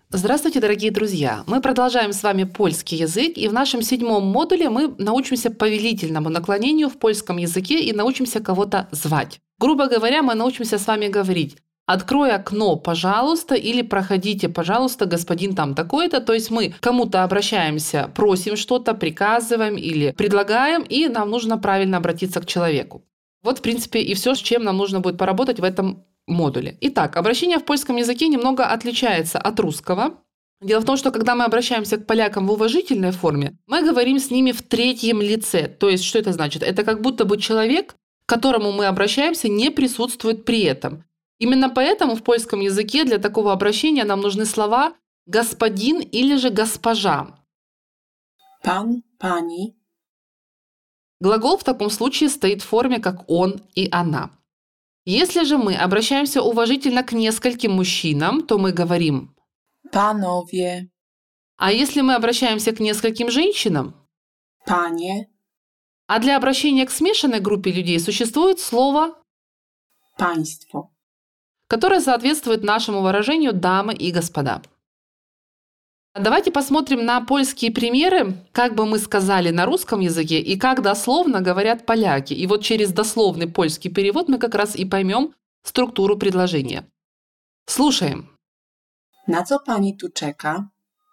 Здравствуйте, дорогие друзья! Мы продолжаем с вами польский язык, и в нашем 7-м модуле мы научимся повелительному наклонению в польском языке и научимся кого-то звать. Грубо говоря, мы научимся с вами говорить «открой окно, пожалуйста» или «проходите, пожалуйста, господин там такой-то». То есть мы к кому-то обращаемся, просим что-то, приказываем или предлагаем, и нам нужно правильно обратиться к человеку. Вот, в принципе, и все, с чем нам нужно будет поработать в этом модуле. Итак, обращение в польском языке немного отличается от русского. Дело в том, что когда мы обращаемся к полякам в уважительной форме, мы говорим с ними в третьем лице. То есть, что это значит? Это как будто бы человек, к которому мы обращаемся, не присутствует при этом. Именно поэтому в польском языке для такого обращения нам нужны слова «господин» или же «госпожа». Pan, pani, Глагол в таком случае стоит в форме как «он» и «она». Если же мы обращаемся уважительно к нескольким мужчинам, то мы говорим panowie, А если мы обращаемся к нескольким женщинам, panie, а для обращения к смешанной группе людей существует слово, państwo. которое соответствует нашему выражению «дамы и господа». Давайте посмотрим на польские примеры, как бы мы сказали на русском языке и как дословно говорят поляки. И вот через дословный польский перевод мы как раз и поймем структуру предложения. Слушаем. Na co pani tu czeka?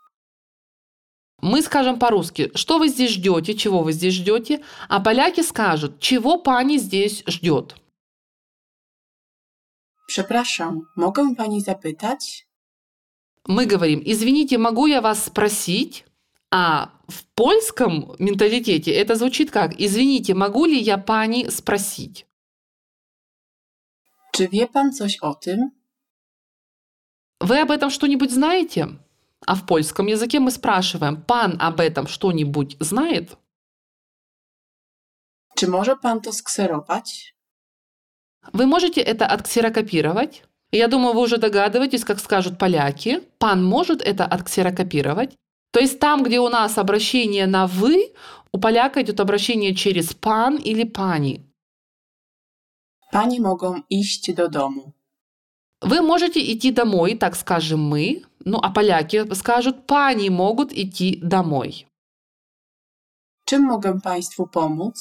Мы скажем по-русски, что вы здесь ждете, чего вы здесь ждете, а поляки скажут, чего пани здесь ждет. Przepraszam, mogę pani zapytać? Мы говорим, извините, могу я вас спросить? А в польском менталитете это звучит как, извините, могу ли я пани спросить? Czy wie pan coś o tym? Вы об этом что-нибудь знаете? А в польском языке мы спрашиваем, пан об этом что-нибудь знает? Czy może pan to skserować? Вы можете это отксерокопировать? Я думаю, вы уже догадываетесь, как скажут поляки. Пан может это отксерокопировать. То есть там, где у нас обращение на «вы», у поляка идет обращение через «пан» или «пани». Panie mogą iść do domu. Вы можете идти домой, так скажем мы. Ну, а поляки скажут, пани могут идти домой. Czym mogę państwu pomóc?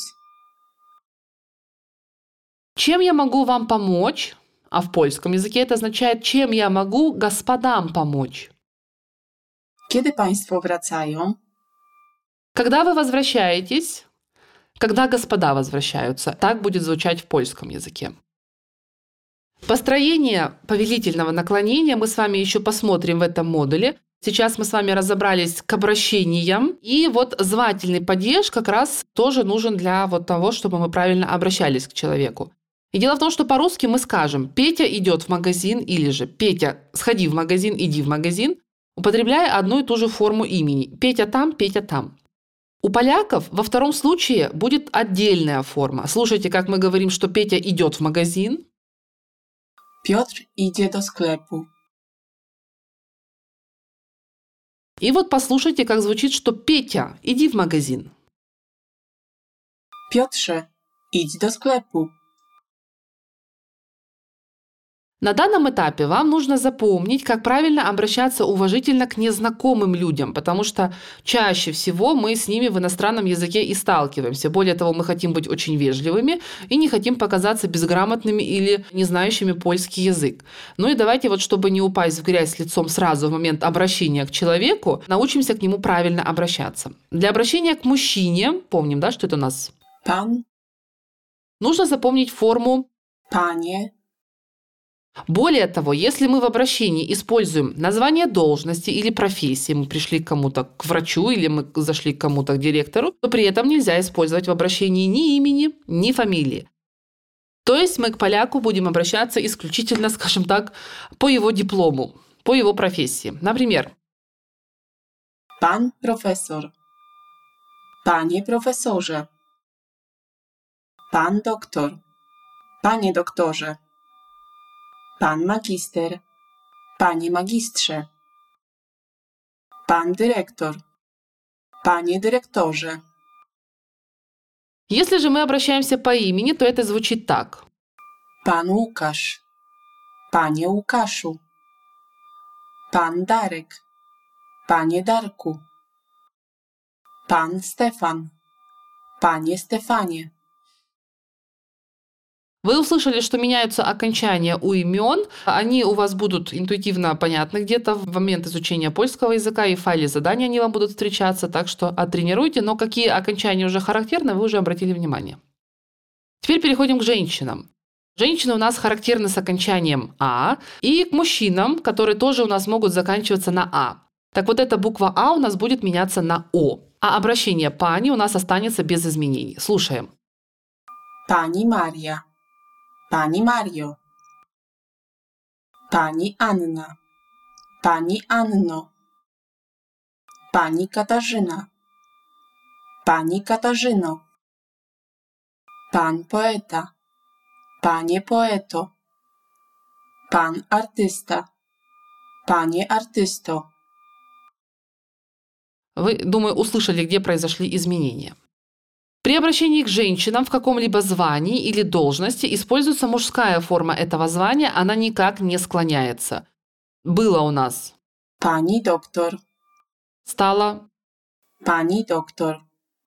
Чем я могу вам помочь? А в польском языке это означает, чем я могу господам помочь. Kiedy państwo wracają? Когда вы возвращаетесь, когда господа возвращаются, так будет звучать в польском языке. Построение повелительного наклонения мы с вами еще посмотрим в этом модуле. Сейчас мы с вами разобрались к обращениям. И вот звательный падеж как раз тоже нужен для вот того, чтобы мы правильно обращались к человеку. И дело в том, что по-русски мы скажем «Петя идет в магазин» или же «Петя, сходи в магазин, иди в магазин», употребляя одну и ту же форму имени. Петя там, Петя там. У поляков во втором случае будет отдельная форма. Слушайте, как мы говорим, что Петя идет в магазин. Piotr idzie do sklepu. И вот послушайте, как звучит, что Петя, иди в магазин. Piotrze, idź do sklepu. На данном этапе вам нужно запомнить, как правильно обращаться уважительно к незнакомым людям, потому что чаще всего мы с ними в иностранном языке и сталкиваемся. Более того, мы хотим быть очень вежливыми и не хотим показаться безграмотными или не знающими польский язык. Ну и давайте вот, чтобы не упасть в грязь лицом сразу в момент обращения к человеку, научимся к нему правильно обращаться. Для обращения к мужчине, помним, да, что это у нас? Pan, Нужно запомнить форму panie, Более того, если мы в обращении используем название должности или профессии, мы пришли к кому-то, к врачу или мы зашли к кому-то, к директору, то при этом нельзя использовать в обращении ни имени, ни фамилии. То есть мы к поляку будем обращаться исключительно, скажем так, по его диплому, по его профессии. Например, pan profesor, panie profesorze, pan doktor, panie doktorze, pan magister, panie magistrze, pan dyrektor, panie dyrektorze. если же мы обращаемся по имени, то это звучит так. Pan Łukasz, panie Łukaszu, Pan Darek. Panie Darku. Pan Stefan. Panie Stefanie. Вы услышали, что меняются окончания у имен. Они у вас будут интуитивно понятны где-то в момент изучения польского языка, и в файле заданий они вам будут встречаться, так что оттренируйте, но какие окончания уже характерны, вы уже обратили внимание. Теперь переходим к женщинам. Женщины у нас характерны с окончанием «а», и к мужчинам, которые тоже у нас могут заканчиваться на «а». Так вот, эта буква «а» у нас будет меняться на «о», а обращение «пани» у нас останется без изменений. Слушаем. Pani Maria. Pani Mario. Pani Anna. Pani Anno. Pani Katarzyna. Pani Katarzyno. Pan poeta. Panie poeto. Pan artysta. Panie artysto. Вы, думаю, услышали, где произошли изменения. При обращении к женщинам в каком-либо звании или должности используется мужская форма этого звания, она никак не склоняется. Было у нас. Pani doktor. Стало. Pani doktor.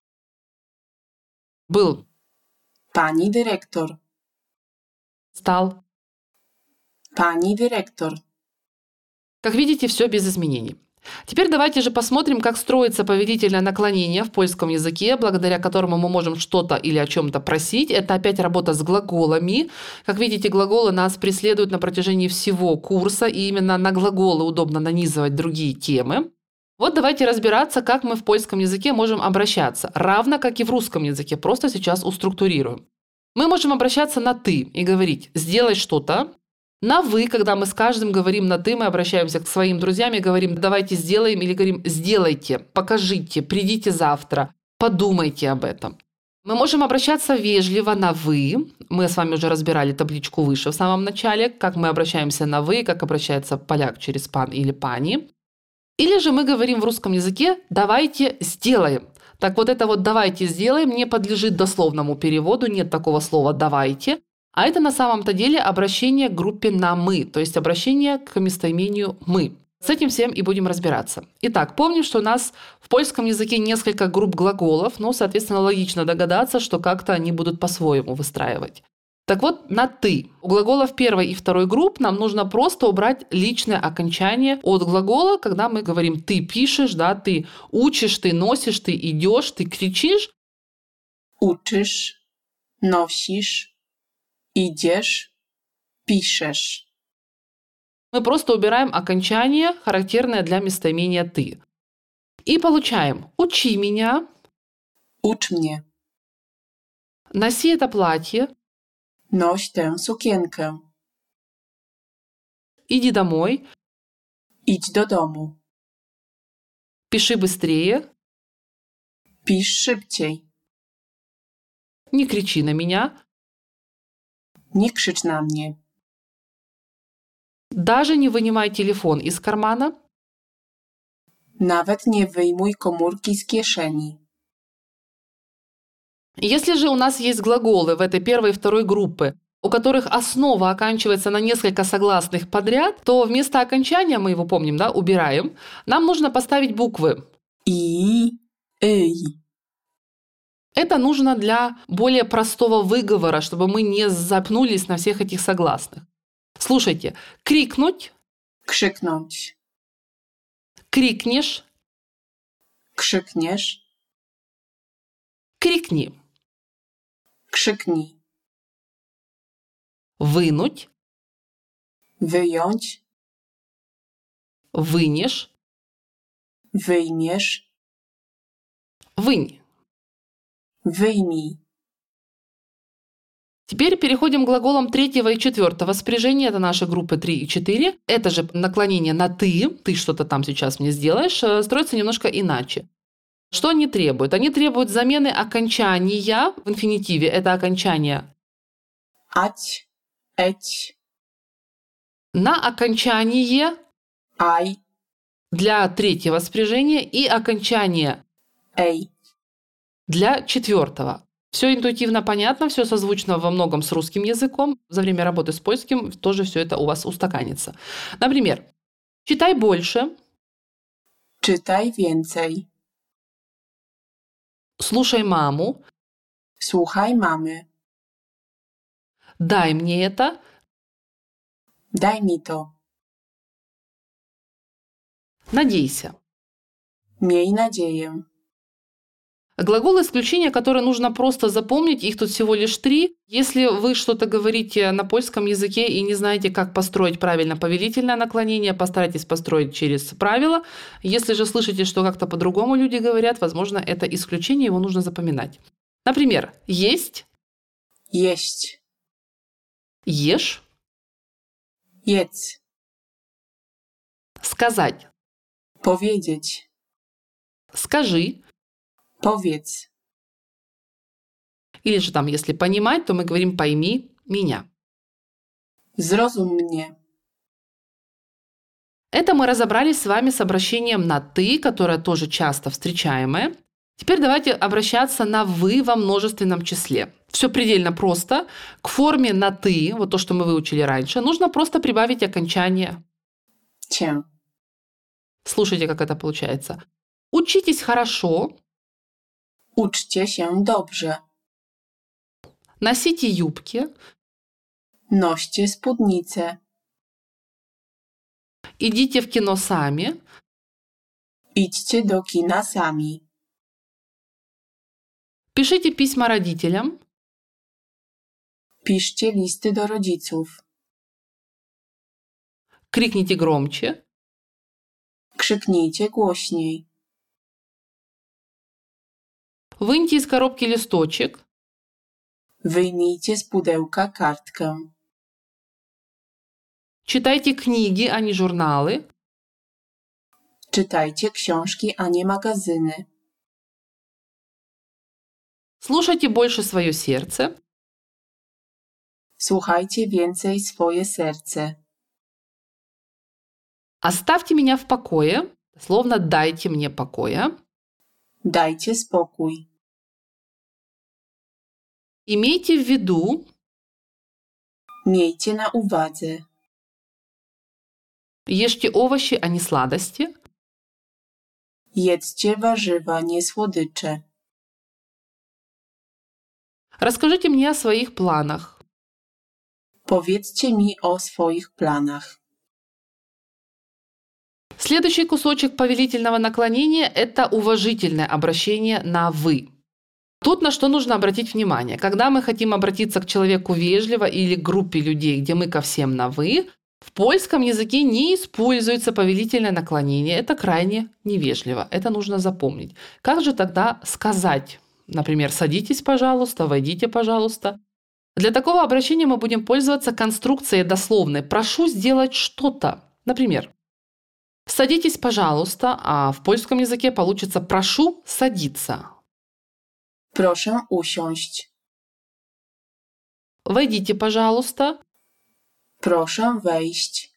Был. Pani dyrektor. Стал. Pani dyrektor. Как видите, все без изменений. Теперь давайте же посмотрим, как строится повелительное наклонение в польском языке, благодаря которому мы можем что-то или о чем-то просить. Это опять работа с глаголами. Как видите, глаголы нас преследуют на протяжении всего курса, и именно на глаголы удобно нанизывать другие темы. Вот давайте разбираться, как мы в польском языке можем обращаться, равно как и в русском языке, просто сейчас уструктурируем. Мы можем обращаться на «ты» и говорить «сделай что-то». На «вы», когда мы с каждым говорим на «ты», мы обращаемся к своим друзьям и говорим «давайте сделаем» или говорим «сделайте», «покажите», «придите завтра», «подумайте об этом». Мы можем обращаться вежливо на «вы». Мы с вами уже разбирали табличку выше в самом начале, как мы обращаемся на «вы», как обращается поляк через «пан» или «пани». Или же мы говорим в русском языке «давайте сделаем». Так вот это вот «давайте сделаем» не подлежит дословному переводу, нет такого слова «давайте». А это на самом-то деле обращение к группе на «мы», то есть обращение к местоимению «мы». С этим всем и будем разбираться. Итак, помним, что у нас в польском языке несколько групп глаголов, но, соответственно, логично догадаться, что как-то они будут по-своему выстраивать. Так вот, на «ты». У глаголов первой и второй групп нам нужно просто убрать личное окончание от глагола, когда мы говорим «ты пишешь», да, «ты учишь», «ты носишь», «ты идешь», «ты кричишь». Uczysz. Nosisz. Idziesz. Piszesz. Мы просто убираем окончание, характерное для местоимения «ты». И получаем «учи меня», Ucz mnie. «носи это платье», Noś tę sukienkę. «иди домой», Idź do domu. «пиши быстрее», Pisz szybciej. «не кричи на меня», Nie krzycz na mnie. «даже не вынимай телефон из кармана», Nawet nie wyjmuj komórki z kieszeni. Если же у нас есть глаголы в этой первой и второй группы, у которых основа оканчивается на несколько согласных подряд, то вместо окончания, мы его помним, да, убираем, нам нужно поставить буквы. I. Ej. Это нужно для более простого выговора, чтобы мы не запнулись на всех этих согласных. Слушайте, крикнуть, Krzyknąć. крикнешь, Krzykniesz. крикни, Krzyknij. вынуть, Wyjąć. вынешь, Wyjmiesz. вынь. Wyjmij. Теперь переходим к глаголам третьего и четвертого спряжения. Это наши группы 3 и 4. Это же наклонение на «ты». Ты что-то там сейчас мне сделаешь. Строится немножко иначе. Что они требуют? Они требуют замены окончания в инфинитиве. Это окончание Ać. Eć. на окончание Aj. для третьего спряжения и окончание Ej. для четвертого. Все интуитивно понятно, все созвучно во многом с русским языком. За время работы с польским тоже все это у вас устаканится. Например, Читай больше. Czytaj więcej. Слушай маму. Słuchaj mamy. Дай мне это. Daj mi to. Надейся. Miej nadzieję. Глаголы исключения, которые нужно просто запомнить, их тут всего лишь 3. Если вы что-то говорите на польском языке и не знаете, как построить правильно повелительное наклонение, постарайтесь построить через правила. Если же слышите, что как-то по-другому люди говорят, возможно, это исключение, его нужно запоминать. Например, есть, Jeść. ешь, Jedz. сказать, Powiedzieć. скажи. Powiedz. Или же там, если понимать, то мы говорим «пойми меня». Zrozum mnie. Это мы разобрались с вами с обращением на «ты», которое тоже часто встречаемое. Теперь давайте обращаться на «вы» во множественном числе. Все предельно просто. К форме на «ты», вот то, что мы выучили раньше, нужно просто прибавить окончание. Cię. Слушайте, как это получается. Учитесь хорошо, Uczcie się dobrze. носите юбки, Noście spódnice. идите в кино сами, Idźcie do kina sami. пишите письма родителям, Piszcie listy do rodziców. крикните громче, Krzyknijcie głośniej. выньте из коробки листочек, Wyjmijcie z pudełka kartkę. читайте книги, а не журналы, Czytajcie książki, a nie magazyny. слушайте больше свое сердце, Słuchajcie więcej swoje serce. оставьте меня в покое, словно дайте мне покоя, Dajcie spokój. имейте в виду, Miejcie na uwadze. ешьте овощи, а не сладости, Jedzcie warzywa, nie słodycze. расскажите мне о своих планах, Powiedzcie mi o swoich planach. Следующий кусочек повелительного наклонения – это уважительное обращение на «вы». Тут на что нужно обратить внимание. Когда мы хотим обратиться к человеку вежливо или к группе людей, где мы ко всем на «вы», в польском языке не используется повелительное наклонение. Это крайне невежливо. Это нужно запомнить. Как же тогда сказать? Например, «садитесь, пожалуйста», «войдите, пожалуйста». Для такого обращения мы будем пользоваться конструкцией дословной «прошу сделать что-то». Например, «садитесь, пожалуйста», а в польском языке получится «прошу садиться». Proszę usiąść. «Войдите, пожалуйста». Proszę wejść.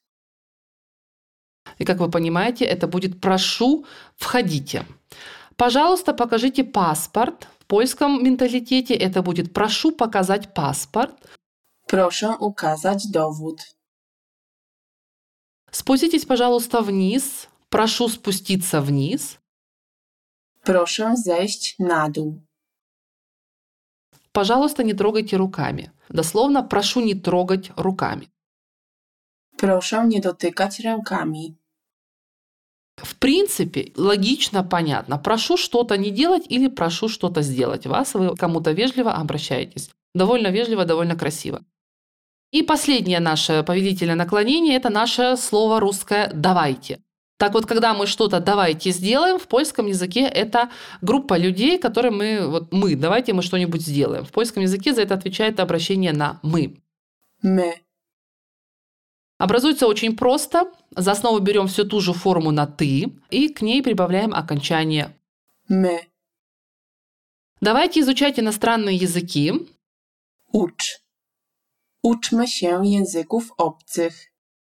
И как вы понимаете, это будет «прошу, входите». «Пожалуйста, покажите паспорт». В польском менталитете это будет «прошу показать паспорт». Proszę ukazać dowód. «Спуститесь, пожалуйста, вниз». «Прошу спуститься вниз». Proszę zejść na dół. «Пожалуйста, не трогайте руками». Дословно «прошу не трогать руками». Proszę nie dotykać rękami. В принципе, логично, понятно. Прошу что-то не делать или прошу что-то сделать. Вы кому-то вежливо обращаетесь. Довольно вежливо, довольно красиво. И последнее наше повелительное наклонение – это наше слово русское «давайте». Так вот, когда мы что-то «давайте сделаем», в польском языке это группа людей, которым мы, давайте мы что-нибудь сделаем. В польском языке за это отвечает обращение на «мы». My. Образуется очень просто. За основу берем всю ту же форму на «ты» и к ней прибавляем окончание My. Давайте изучать иностранные языки. Ucz. Uczmy się języków obcych.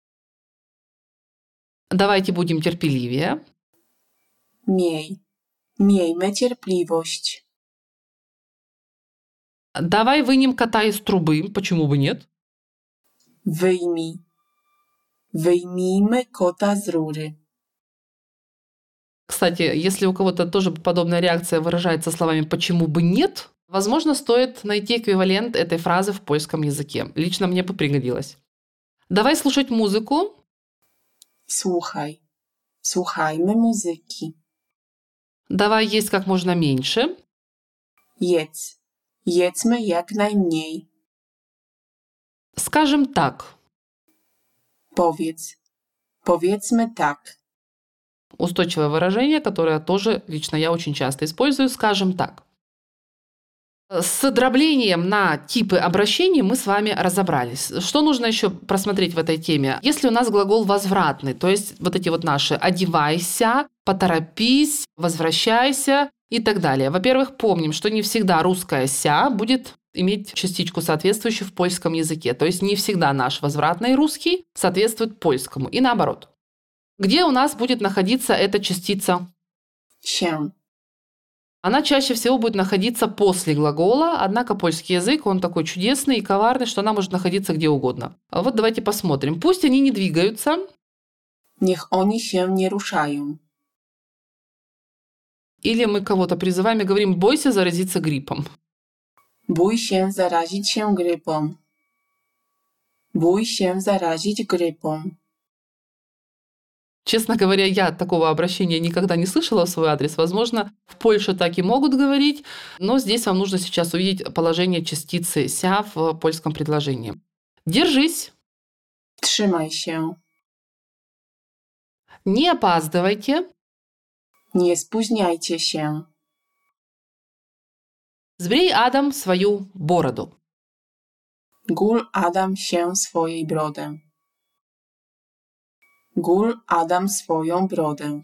Давайте будем терпеливее. Miej. Miejmy cierpliwość. Давай вынем кота из трубы. Почему бы нет? Wyjmij. Wyjmijmy kota z rury. Кстати, если у кого-то тоже подобная реакция выражается словами «почему бы нет?», возможно, стоит найти эквивалент этой фразы в польском языке. Лично мне бы пригодилось. Давай слушать музыку. Słuchaj. Słuchajmy muzyki. Давай есть как можно меньше. Jedz. Jedzmy jak najmniej. Скажем так. Powiedz. Powiedzmy tak. Устойчивое выражение, которое тоже лично я очень часто использую. Скажем так. С дроблением на типы обращений мы с вами разобрались. Что нужно еще просмотреть в этой теме? Если у нас глагол возвратный, то есть вот эти вот наши «одевайся», «поторопись», «возвращайся» и так далее. Во-первых, помним, что не всегда русское «ся» будет иметь частичку, соответствующую в польском языке. То есть не всегда наш возвратный русский соответствует польскому. И наоборот. Где у нас будет находиться эта частица? Się. Она чаще всего будет находиться после глагола, однако польский язык, он такой чудесный и коварный, что она может находиться где угодно. Вот давайте посмотрим. Пусть они не двигаются. Niech oni się nie ruszają. Или мы кого-то призываем и говорим «бойся заразиться гриппом». Bój się zarazić się grypą. Bój się zarazić grypą. Честно говоря, я такого обращения никогда не слышала в свой адрес. Возможно, в Польше так и могут говорить, но здесь вам нужно сейчас увидеть положение частицы «ся» в польском предложении. Держись. Trzymaj się. Не опаздывайте. Nie spóźniajcie się. Збрей, Адам, свою бороду. Gól Adam się swojej brodę. Gól Adam swoją brodę.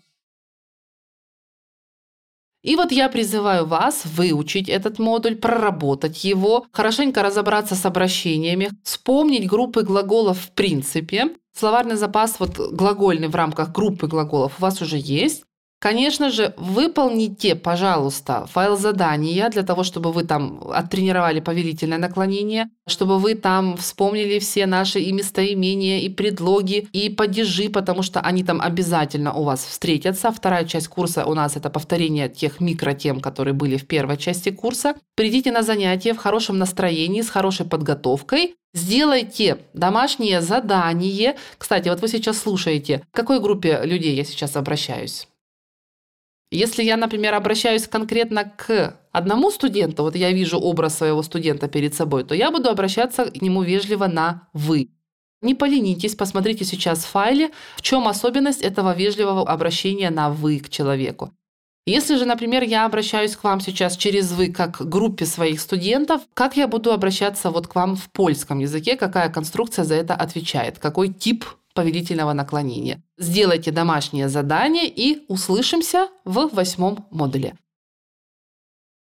И вот я призываю вас выучить этот модуль, проработать его, хорошенько разобраться с обращениями, вспомнить группы глаголов в принципе. Словарный запас вот глагольный в рамках группы глаголов у вас уже есть. Конечно же, выполните, пожалуйста, файл задания для того, чтобы вы там оттренировали повелительное наклонение, чтобы вы там вспомнили все наши и местоимения, и предлоги, и падежи, потому что они там обязательно у вас встретятся. Вторая часть курса у нас это повторение тех микротем, которые были в первой части курса. Придите на занятия в хорошем настроении, с хорошей подготовкой. Сделайте домашнее задание. Кстати, вот вы сейчас слушаете, к какой группе людей я сейчас обращаюсь? Если я, например, обращаюсь конкретно к одному студенту, вот я вижу образ своего студента перед собой, то я буду обращаться к нему вежливо на «вы». Не поленитесь, посмотрите сейчас в файле, в чем особенность этого вежливого обращения на «вы» к человеку. Если же, например, я обращаюсь к вам сейчас через «вы» как к группе своих студентов, как я буду обращаться вот к вам в польском языке, какая конструкция за это отвечает, какой тип повелительного наклонения. Сделайте домашнее задание и услышимся в 8 модуле.